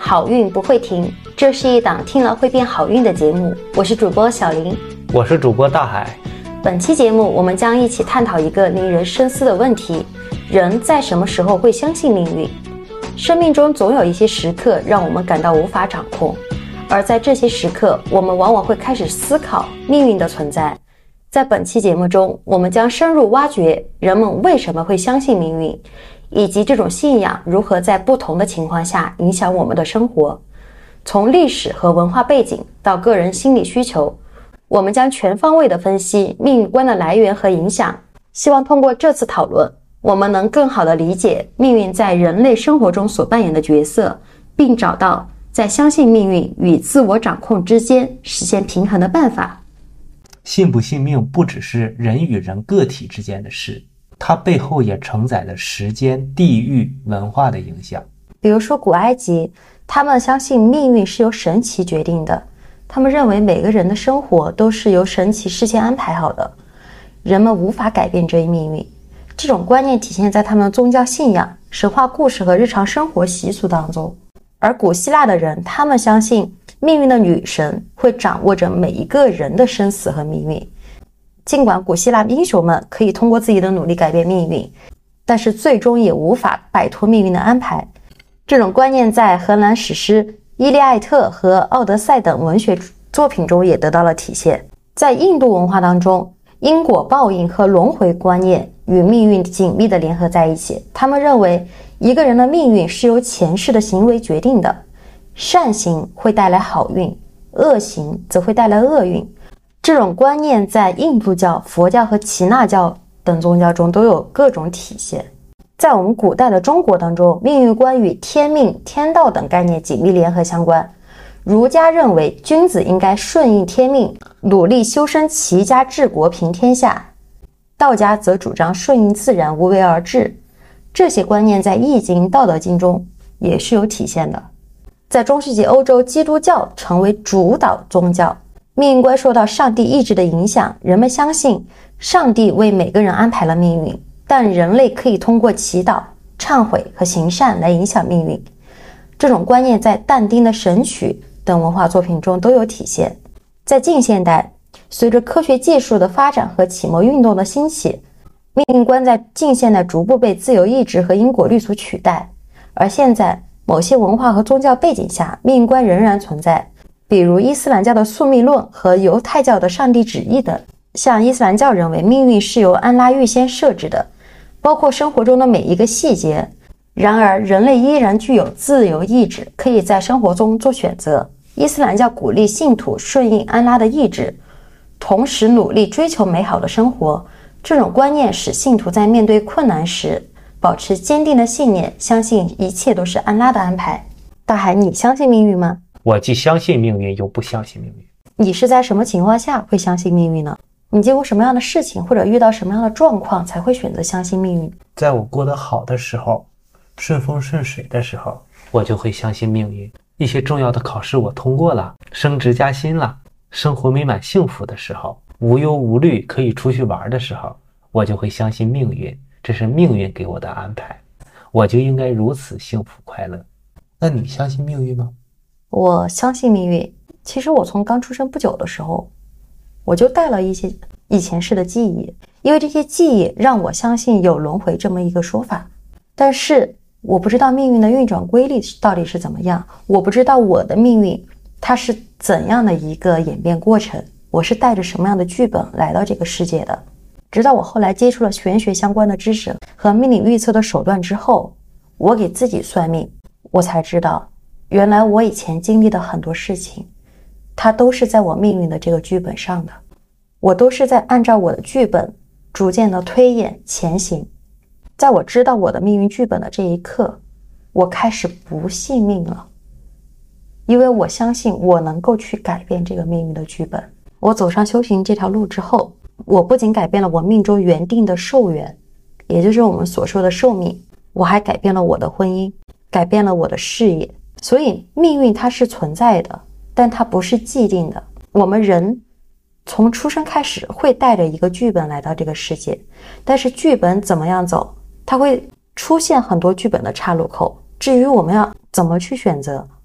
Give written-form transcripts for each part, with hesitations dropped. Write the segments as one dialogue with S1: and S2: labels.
S1: 好运不会停，这是一档听了会变好运的节目。我是主播小林，
S2: 我是主播大海。
S1: 本期节目我们将一起探讨一个令人深思的问题：人在什么时候会相信命运？生命中总有一些时刻让我们感到无法掌控，而在这些时刻，我们往往会开始思考命运的存在。在本期节目中，我们将深入挖掘人们为什么会相信命运，以及这种信仰如何在不同的情况下影响我们的生活。从历史和文化背景到个人心理需求，我们将全方位地分析命运观的来源和影响。希望通过这次讨论，我们能更好地理解命运在人类生活中所扮演的角色，并找到在相信命运与自我掌控之间实现平衡的办法。
S2: 信不信命不只是人与人个体之间的事，它背后也承载了时间、地域、文化的影响。
S1: 比如说古埃及，他们相信命运是由神祇决定的，他们认为每个人的生活都是由神祇事先安排好的，人们无法改变这一命运。这种观念体现在他们的宗教信仰、神话故事和日常生活习俗当中。而古希腊的人，他们相信命运的女神会掌握着每一个人的生死和命运。尽管古希腊英雄们可以通过自己的努力改变命运，但是最终也无法摆脱命运的安排。这种观念在荷兰史诗《伊利艾特》和《奥德赛》等文学作品中也得到了体现。在印度文化当中，因果报应和轮回观念与命运紧密地联合在一起。他们认为一个人的命运是由前世的行为决定的，善行会带来好运，恶行则会带来厄运。这种观念在印度教、佛教和耆那教等宗教中都有各种体现。在我们古代的中国当中，命运观与天命、天道等概念紧密联合相关。儒家认为君子应该顺应天命，努力修身齐家治国平天下，道家则主张顺应自然，无为而治。这些观念在易经、道德经中也是有体现的。在中世纪欧洲，基督教成为主导宗教，命运观受到上帝意志的影响，人们相信上帝为每个人安排了命运，但人类可以通过祈祷、忏悔和行善来影响命运。这种观念在但丁的《神曲》等文化作品中都有体现。在近现代，随着科学技术的发展和启蒙运动的兴起，命运观在近现代逐步被自由意志和因果律所取代。而现在某些文化和宗教背景下，命运观仍然存在，比如伊斯兰教的宿命论和犹太教的上帝旨意等。像伊斯兰教认为命运是由安拉预先设置的，包括生活中的每一个细节。然而人类依然具有自由意志，可以在生活中做选择。伊斯兰教鼓励信徒顺应安拉的意志，同时努力追求美好的生活。这种观念使信徒在面对困难时保持坚定的信念，相信一切都是安拉的安排。大海，你相信命运吗？
S2: 我既相信命运又不相信命运。
S1: 你是在什么情况下会相信命运呢？你经过什么样的事情或者遇到什么样的状况才会选择相信命运？
S2: 在我过得好的时候，顺风顺水的时候，我就会相信命运。一些重要的考试我通过了，升职加薪了，生活美满幸福的时候，无忧无虑可以出去玩的时候，我就会相信命运，这是命运给我的安排，我就应该如此幸福快乐。那你相信命运吗？
S1: 我相信命运。其实我从刚出生不久的时候，我就带了一些以前世的记忆，因为这些记忆让我相信有轮回这么一个说法。但是我不知道命运的运转规律到底是怎么样，我不知道我的命运它是怎样的一个演变过程，我是带着什么样的剧本来到这个世界的。直到我后来接触了玄学相关的知识和命理预测的手段之后，我给自己算命，我才知道原来我以前经历的很多事情，它都是在我命运的这个剧本上的，我都是在按照我的剧本逐渐的推演前行。在我知道我的命运剧本的这一刻，我开始不信命了，因为我相信我能够去改变这个命运的剧本。我走上修行这条路之后，我不仅改变了我命中原定的寿元，也就是我们所说的寿命，我还改变了我的婚姻，改变了我的事业。所以命运它是存在的，但它不是既定的。我们人从出生开始会带着一个剧本来到这个世界，但是剧本怎么样走，它会出现很多剧本的岔路口。至于我们要怎么去选择，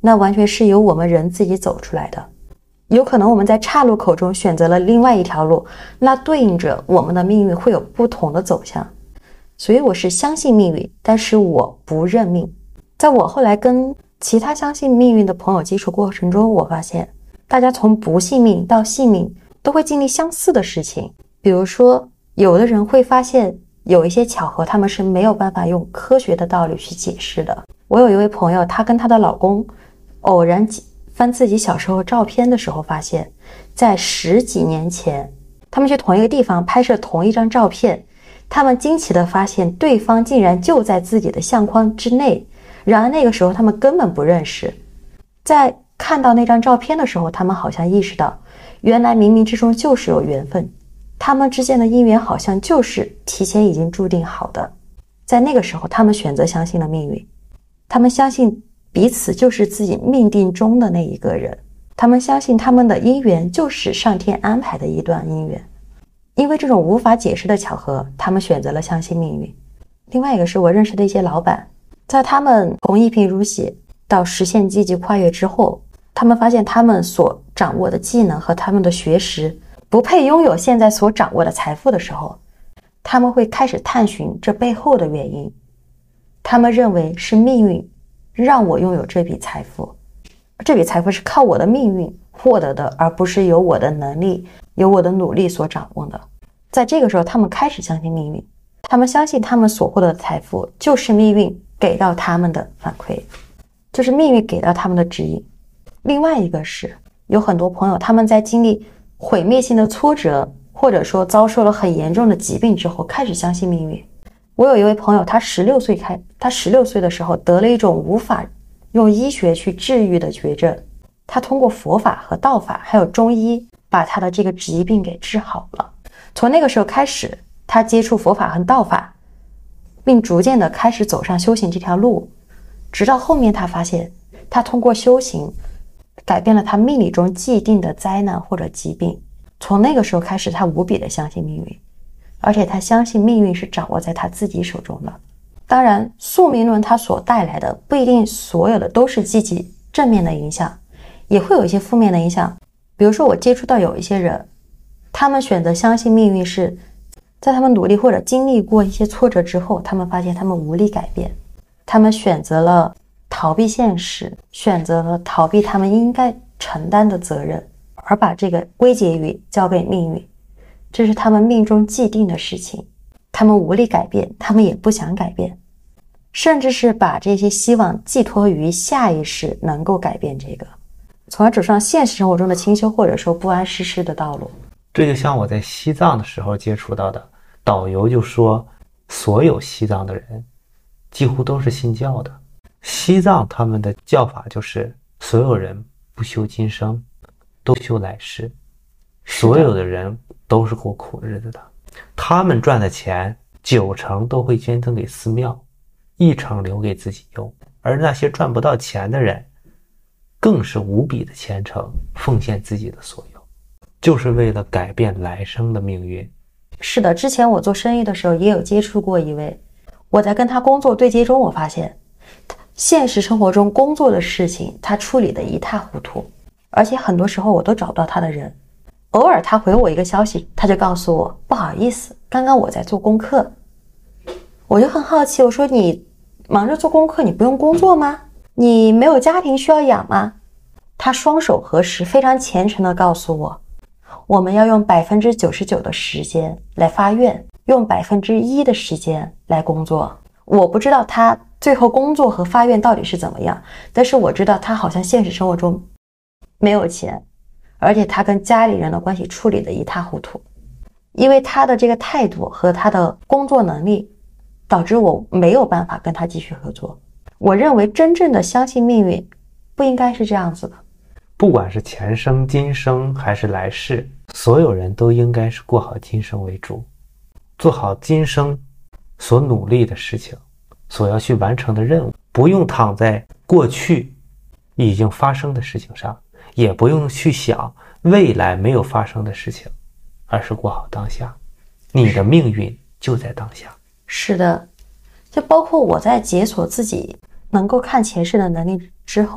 S1: 那完全是由我们人自己走出来的。有可能我们在岔路口中选择了另外一条路，那对应着我们的命运会有不同的走向。所以我是相信命运，但是我不认命。在我后来跟其他相信命运的朋友接触过程中，我发现大家从不信命到信命都会经历相似的事情。比如说，有的人会发现有一些巧合，他们是没有办法用科学的道理去解释的。我有一位朋友，她跟她的老公偶然翻自己小时候照片的时候，发现在10几年前，他们去同一个地方拍摄同一张照片，他们惊奇地发现对方竟然就在自己的相框之内。然而那个时候他们根本不认识。在看到那张照片的时候，他们好像意识到，原来冥冥之中就是有缘分，他们之间的姻缘好像就是提前已经注定好的。在那个时候，他们选择相信了命运，他们相信彼此就是自己命定中的那一个人，他们相信他们的姻缘就是上天安排的一段姻缘。因为这种无法解释的巧合，他们选择了相信命运。另外一个是我认识的一些老板，在他们从一贫如洗到实现积极跨越之后，他们发现他们所掌握的技能和他们的学识不配拥有现在所掌握的财富的时候，他们会开始探寻这背后的原因。他们认为是命运让我拥有这笔财富，这笔财富是靠我的命运获得的，而不是由我的能力、由我的努力所掌握的。在这个时候，他们开始相信命运，他们相信他们所获得的财富就是命运给到他们的反馈，就是命运给到他们的指引。另外一个是，有很多朋友他们在经历毁灭性的挫折，或者说遭受了很严重的疾病之后，开始相信命运。我有一位朋友，他16岁的时候得了一种无法用医学去治愈的绝症，他通过佛法和道法还有中医把他的这个疾病给治好了。从那个时候开始，他接触佛法和道法，并逐渐的开始走上修行这条路，直到后面他发现他通过修行改变了他命理中既定的灾难或者疾病。从那个时候开始，他无比的相信命运，而且他相信命运是掌握在他自己手中的。当然，宿命论它所带来的不一定所有的都是积极正面的影响，也会有一些负面的影响。比如说我接触到有一些人，他们选择相信命运是在他们努力或者经历过一些挫折之后，他们发现他们无力改变，他们选择了逃避现实，选择了逃避他们应该承担的责任，而把这个归结于交给命运。这是他们命中既定的事情，他们无力改变，他们也不想改变，甚至是把这些希望寄托于下意识能够改变这个，从而走上现实生活中的清修或者说不谙世事的道路。
S2: 这就像我在西藏的时候接触到的，导游就说所有西藏的人几乎都是信教的。西藏他们的教法就是所有人不修今生，都修来世，所有的人都是过苦日子的。他们赚的钱90%都会捐赠给寺庙，1%留给自己用。而那些赚不到钱的人更是无比的虔诚，奉献自己的所有，就是为了改变来生的命运。
S1: 是的，之前我做生意的时候也有接触过一位，我在跟他工作对接中，我发现现实生活中工作的事情他处理的一塌糊涂，而且很多时候我都找不到他的人。偶尔他回我一个消息，他就告诉我不好意思，刚刚我在做功课。我就很好奇，我说你忙着做功课，你不用工作吗？你没有家庭需要养吗？他双手合十，非常虔诚地告诉我，我们要用99%的时间来发愿，用1%的时间来工作。我不知道他最后工作和发愿到底是怎么样，但是我知道他好像现实生活中没有钱，而且他跟家里人的关系处理的一塌糊涂。因为他的这个态度和他的工作能力，导致我没有办法跟他继续合作。我认为真正的相信命运不应该是这样子的。
S2: 不管是前生、今生还是来世，所有人都应该是过好今生为主，做好今生所努力的事情，所要去完成的任务，不用躺在过去已经发生的事情上，也不用去想未来没有发生的事情，而是过好当下。你的命运就在当下。
S1: 是的，就包括我在解锁自己能够看前世的能力之后，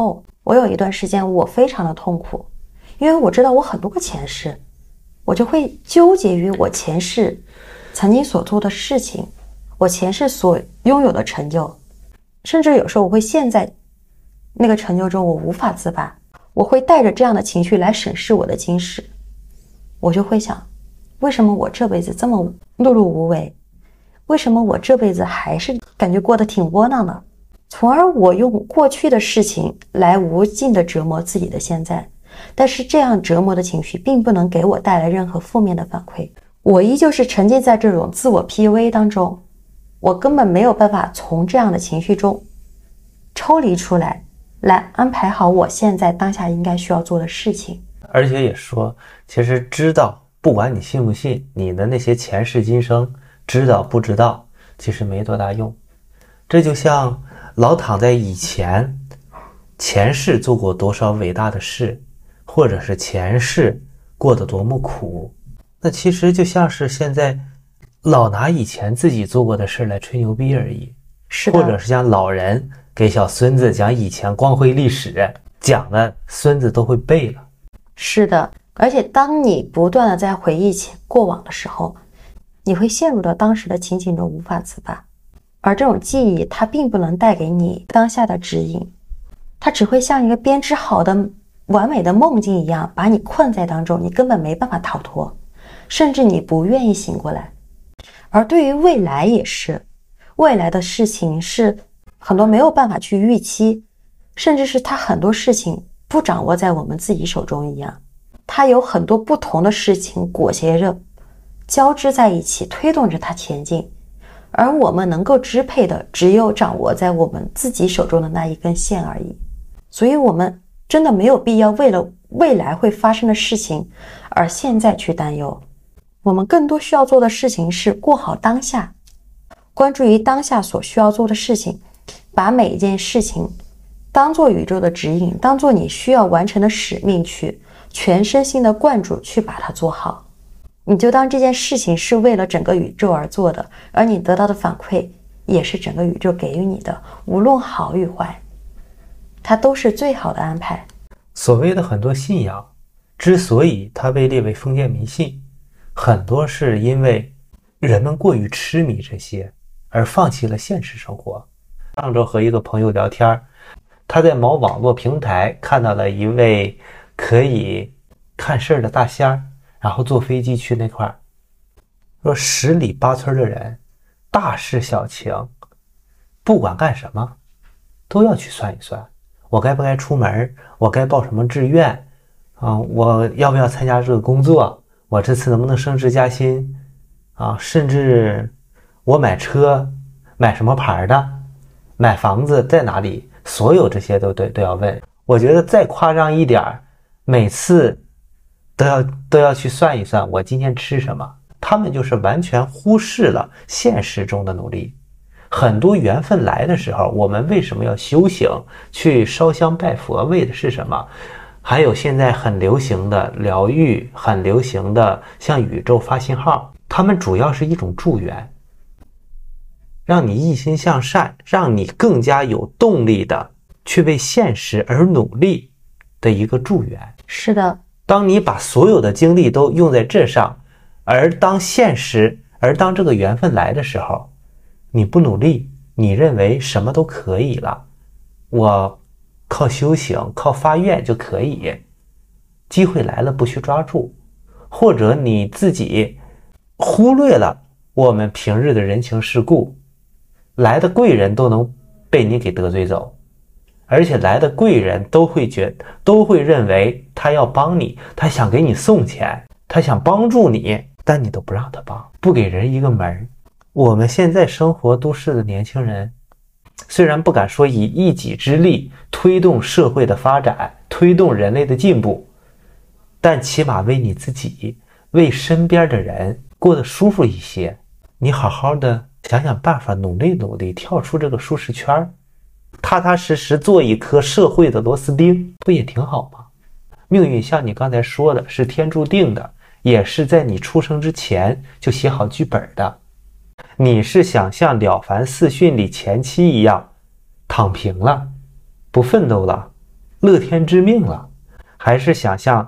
S1: 我有一段时间我非常的痛苦，因为我知道我很多个前世，我就会纠结于我前世曾经所做的事情，我前世所拥有的成就，甚至有时候我会陷在那个成就中，我无法自拔，我会带着这样的情绪来审视我的今世，我就会想，为什么我这辈子这么碌碌无为？为什么我这辈子还是感觉过得挺窝囊的？从而我用过去的事情来无尽的折磨自己的现在，但是这样折磨的情绪并不能给我带来任何负面的反馈，我依旧是沉浸在这种自我 PUA 当中，我根本没有办法从这样的情绪中抽离出来，来安排好我现在当下应该需要做的事情。
S2: 而且也说，其实知道，不管你信不信，你的那些前世今生，知道不知道，其实没多大用。这就像老躺在以前前世做过多少伟大的事，或者是前世过得多么苦，那其实就像是现在老拿以前自己做过的事来吹牛逼而已。
S1: 是的，
S2: 或者是像老人给小孙子讲以前光辉历史，讲的孙子都会背了。
S1: 是的，而且当你不断的在回忆起过往的时候，你会陷入到当时的情景中无法自拔，而这种记忆它并不能带给你当下的指引，它只会像一个编织好的完美的梦境一样把你困在当中，你根本没办法逃脱，甚至你不愿意醒过来。而对于未来也是，未来的事情是很多没有办法去预期，甚至是它很多事情不掌握在我们自己手中一样，它有很多不同的事情裹挟着交织在一起，推动着它前进，而我们能够支配的只有掌握在我们自己手中的那一根线而已。所以我们真的没有必要为了未来会发生的事情而现在去担忧，我们更多需要做的事情是过好当下，关注于当下所需要做的事情，把每一件事情当做宇宙的指引，当做你需要完成的使命，去全身心的灌注，去把它做好。你就当这件事情是为了整个宇宙而做的，而你得到的反馈也是整个宇宙给予你的，无论好与坏，它都是最好的安排。
S2: 所谓的很多信仰之所以它被列为封建迷信，很多是因为人们过于痴迷这些而放弃了现实生活。上周和一个朋友聊天，他在某网络平台看到了一位可以看事儿的大仙儿，然后坐飞机去那块儿，说十里八村的人大事小情不管干什么都要去算一算，我该不该出门，我该报什么志愿我要不要参加这个工作，我这次能不能升职加薪甚至我买车买什么牌的，买房子在哪里，所有这些都要问。我觉得再夸张一点，每次都要去算一算我今天吃什么，他们就是完全忽视了现实中的努力。很多缘分来的时候，我们为什么要修行，去烧香拜佛，为的是什么？还有现在很流行的疗愈，很流行的向宇宙发信号，他们主要是一种助缘，让你一心向善，让你更加有动力的去为现实而努力的一个助缘。
S1: 是的，
S2: 当你把所有的精力都用在这上，而当这个缘分来的时候，你不努力，你认为什么都可以了，我靠修行靠发愿就可以，机会来了不去抓住，或者你自己忽略了我们平日的人情世故，来的贵人都能被你给得罪走，而且来的贵人都会认为他要帮你，他想给你送钱，他想帮助你，但你都不让他帮，不给人一个门。我们现在生活都市的年轻人，虽然不敢说以一己之力推动社会的发展，推动人类的进步，但起码为你自己，为身边的人过得舒服一些。你好好的想想办法，努力努力，跳出这个舒适圈，踏踏实实做一颗社会的螺丝钉，不也挺好吗？命运像你刚才说的是天注定的，也是在你出生之前就写好剧本的。你是想像《了凡四训》里前期一样躺平了，不奋斗了， 乐天知命了，还是想像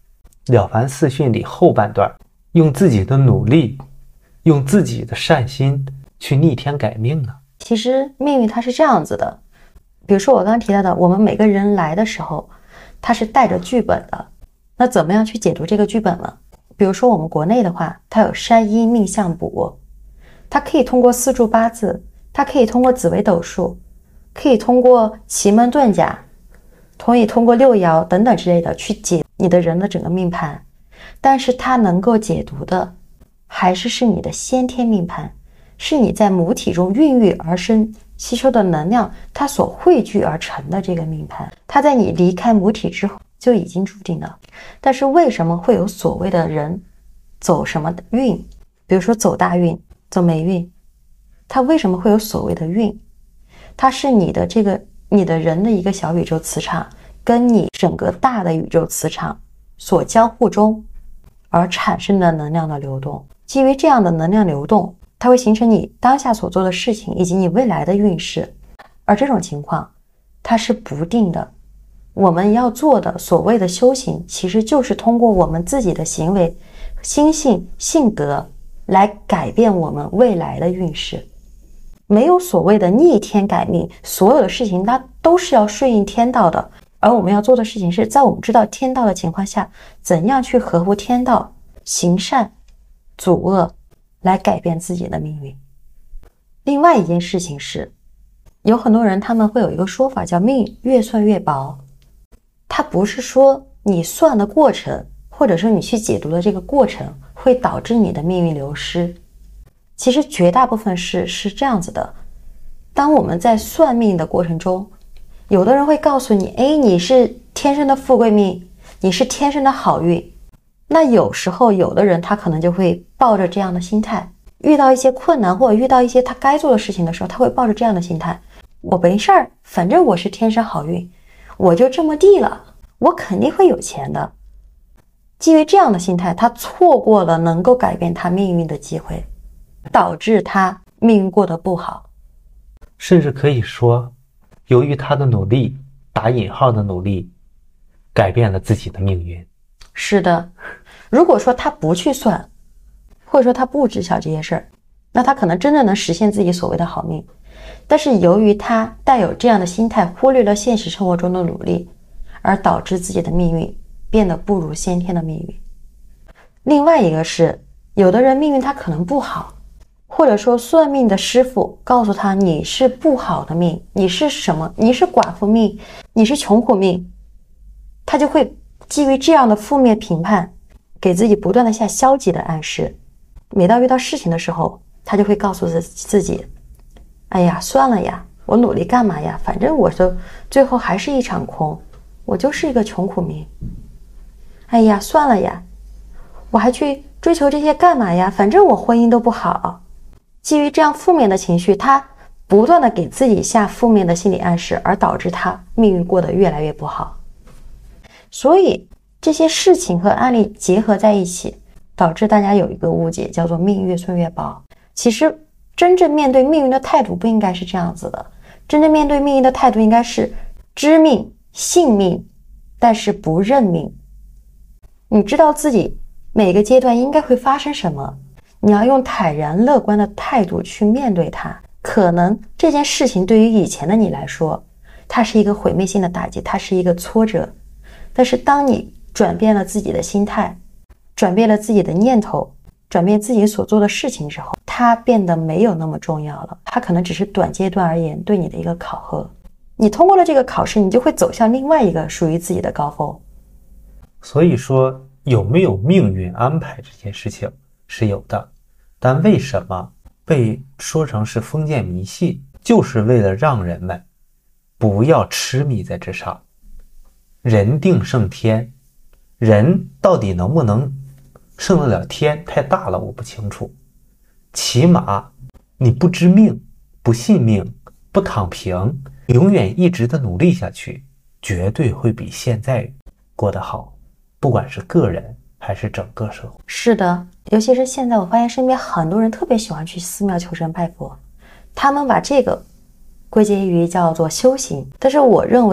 S2: 《了凡四训》里后半段，用自己的努力，用自己的善心去逆天改命呢？
S1: 其实命运它是这样子的，比如说我刚刚提到的，我们每个人来的时候，它是带着剧本的。那怎么样去解读这个剧本呢？比如说我们国内的话，它有山医命相卜，它可以通过四柱八字，它可以通过紫微斗数，可以通过奇门遁甲，可以通过六爻等等之类的去解你的人的整个命盘。但是它能够解读的还是你的先天命盘，是你在母体中孕育而生吸收的能量，它所汇聚而成的这个命盘，它在你离开母体之后就已经注定了。但是为什么会有所谓的人走什么运，比如说走大运、走霉运，它为什么会有所谓的运？它是你的人的一个小宇宙磁场跟你整个大的宇宙磁场所交互中而产生的能量的流动。基于这样的能量流动，它会形成你当下所做的事情以及你未来的运势。而这种情况它是不定的。我们要做的所谓的修行，其实就是通过我们自己的行为、心性、性格来改变我们未来的运势。没有所谓的逆天改命，所有的事情它都是要顺应天道的。而我们要做的事情是在我们知道天道的情况下，怎样去合乎天道，行善阻恶，来改变自己的命运。另外一件事情是，有很多人他们会有一个说法叫命越算越薄。它不是说你算的过程，或者说你去解读的这个过程会导致你的命运流失。其实绝大部分是这样子的，当我们在算命的过程中，有的人会告诉你，你是天生的富贵命，你是天生的好运。那有时候有的人他可能就会抱着这样的心态，遇到一些困难或者遇到一些他该做的事情的时候，他会抱着这样的心态，我没事儿，反正我是天生好运，我就这么地了，我肯定会有钱的。基于这样的心态，他错过了能够改变他命运的机会，导致他命运过得不好。
S2: 甚至可以说，由于他的努力，打引号的努力，改变了自己的命运。
S1: 是的，如果说他不去算，或者说他不知晓这些事儿，那他可能真正能实现自己所谓的好命。但是由于他带有这样的心态，忽略了现实生活中的努力，而导致自己的命运变得不如先天的命运。另外一个是，有的人命运他可能不好，或者说算命的师傅告诉他你是不好的命，你是什么？你是寡妇命，你是穷苦命，他就会基于这样的负面评判，给自己不断的下消极的暗示。每到遇到事情的时候，他就会告诉自己，哎呀，算了呀，我努力干嘛呀？反正我的最后还是一场空，我就是一个穷苦命。哎呀，算了呀，我还去追求这些干嘛呀？反正我婚姻都不好。基于这样负面的情绪，他不断的给自己下负面的心理暗示，而导致他命运过得越来越不好。所以这些事情和案例结合在一起，导致大家有一个误解，叫做命越算越薄。其实真正面对命运的态度不应该是这样子的，真正面对命运的态度应该是知命信命，但是不认命。你知道自己每个阶段应该会发生什么，你要用坦然乐观的态度去面对它。可能这件事情对于以前的你来说，它是一个毁灭性的打击，它是一个挫折。但是当你转变了自己的心态，转变了自己的念头，转变自己所做的事情之后，它变得没有那么重要了。它可能只是短阶段而言对你的一个考核。你通过了这个考试，你就会走向另外一个属于自己的高峰。
S2: 所以说，有没有命运安排这件事情是有的，但为什么被说成是封建迷信，就是为了让人们不要痴迷在这上。人定胜天，人到底能不能胜得了天，太大了我不清楚。起码你不知命，不信命，不躺平，永远一直的努力下去，绝对会比现在过得好，不管是个人还是整个社会。
S1: 是的，尤其是现在我发现身边很多人特别喜欢去寺庙求神拜佛，他们把这个归结于叫做修行。但是我认为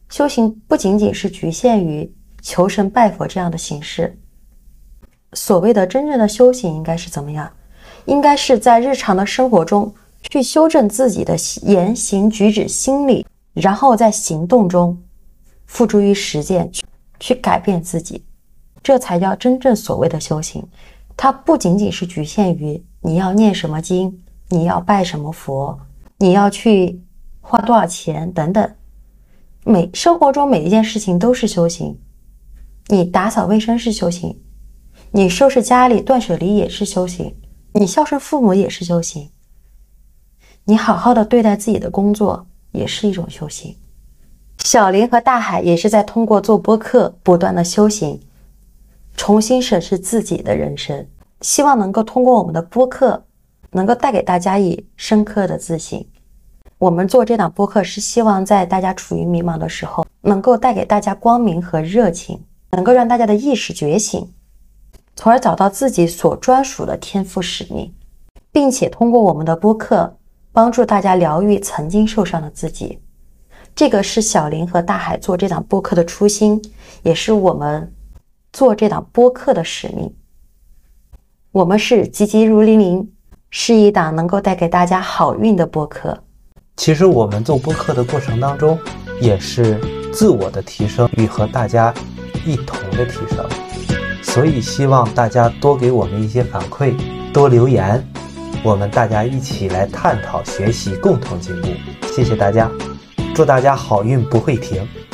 S1: 修行不仅仅是局限于求神拜佛这样的形式。所谓的真正的修行应该是怎么样？应该是在日常的生活中去修正自己的言行举止心理，然后在行动中付诸于实践，去改变自己，这才叫真正所谓的修行。它不仅仅是局限于你要念什么经，你要拜什么佛，你要去花多少钱等等，生活中每一件事情都是修行。你打扫卫生是修行，你收拾家里断舍离也是修行，你孝顺父母也是修行，你好好的对待自己的工作也是一种修行。小林和大海也是在通过做播客不断的修行，重新审视自己的人生，希望能够通过我们的播客能够带给大家以深刻的自省。我们做这档播客是希望在大家处于迷茫的时候，能够带给大家光明和热情，能够让大家的意识觉醒，从而找到自己所专属的天赋使命，并且通过我们的播客帮助大家疗愈曾经受伤的自己。这个是小林和大海做这档播客的初心，也是我们做这档播客的使命。我们是急急如律令，是一档能够带给大家好运的播客。
S2: 其实我们做播客的过程当中，也是自我的提升与和大家一同的提升，所以希望大家多给我们一些反馈，多留言，我们大家一起来探讨学习，共同进步。谢谢大家，祝大家好运不会停。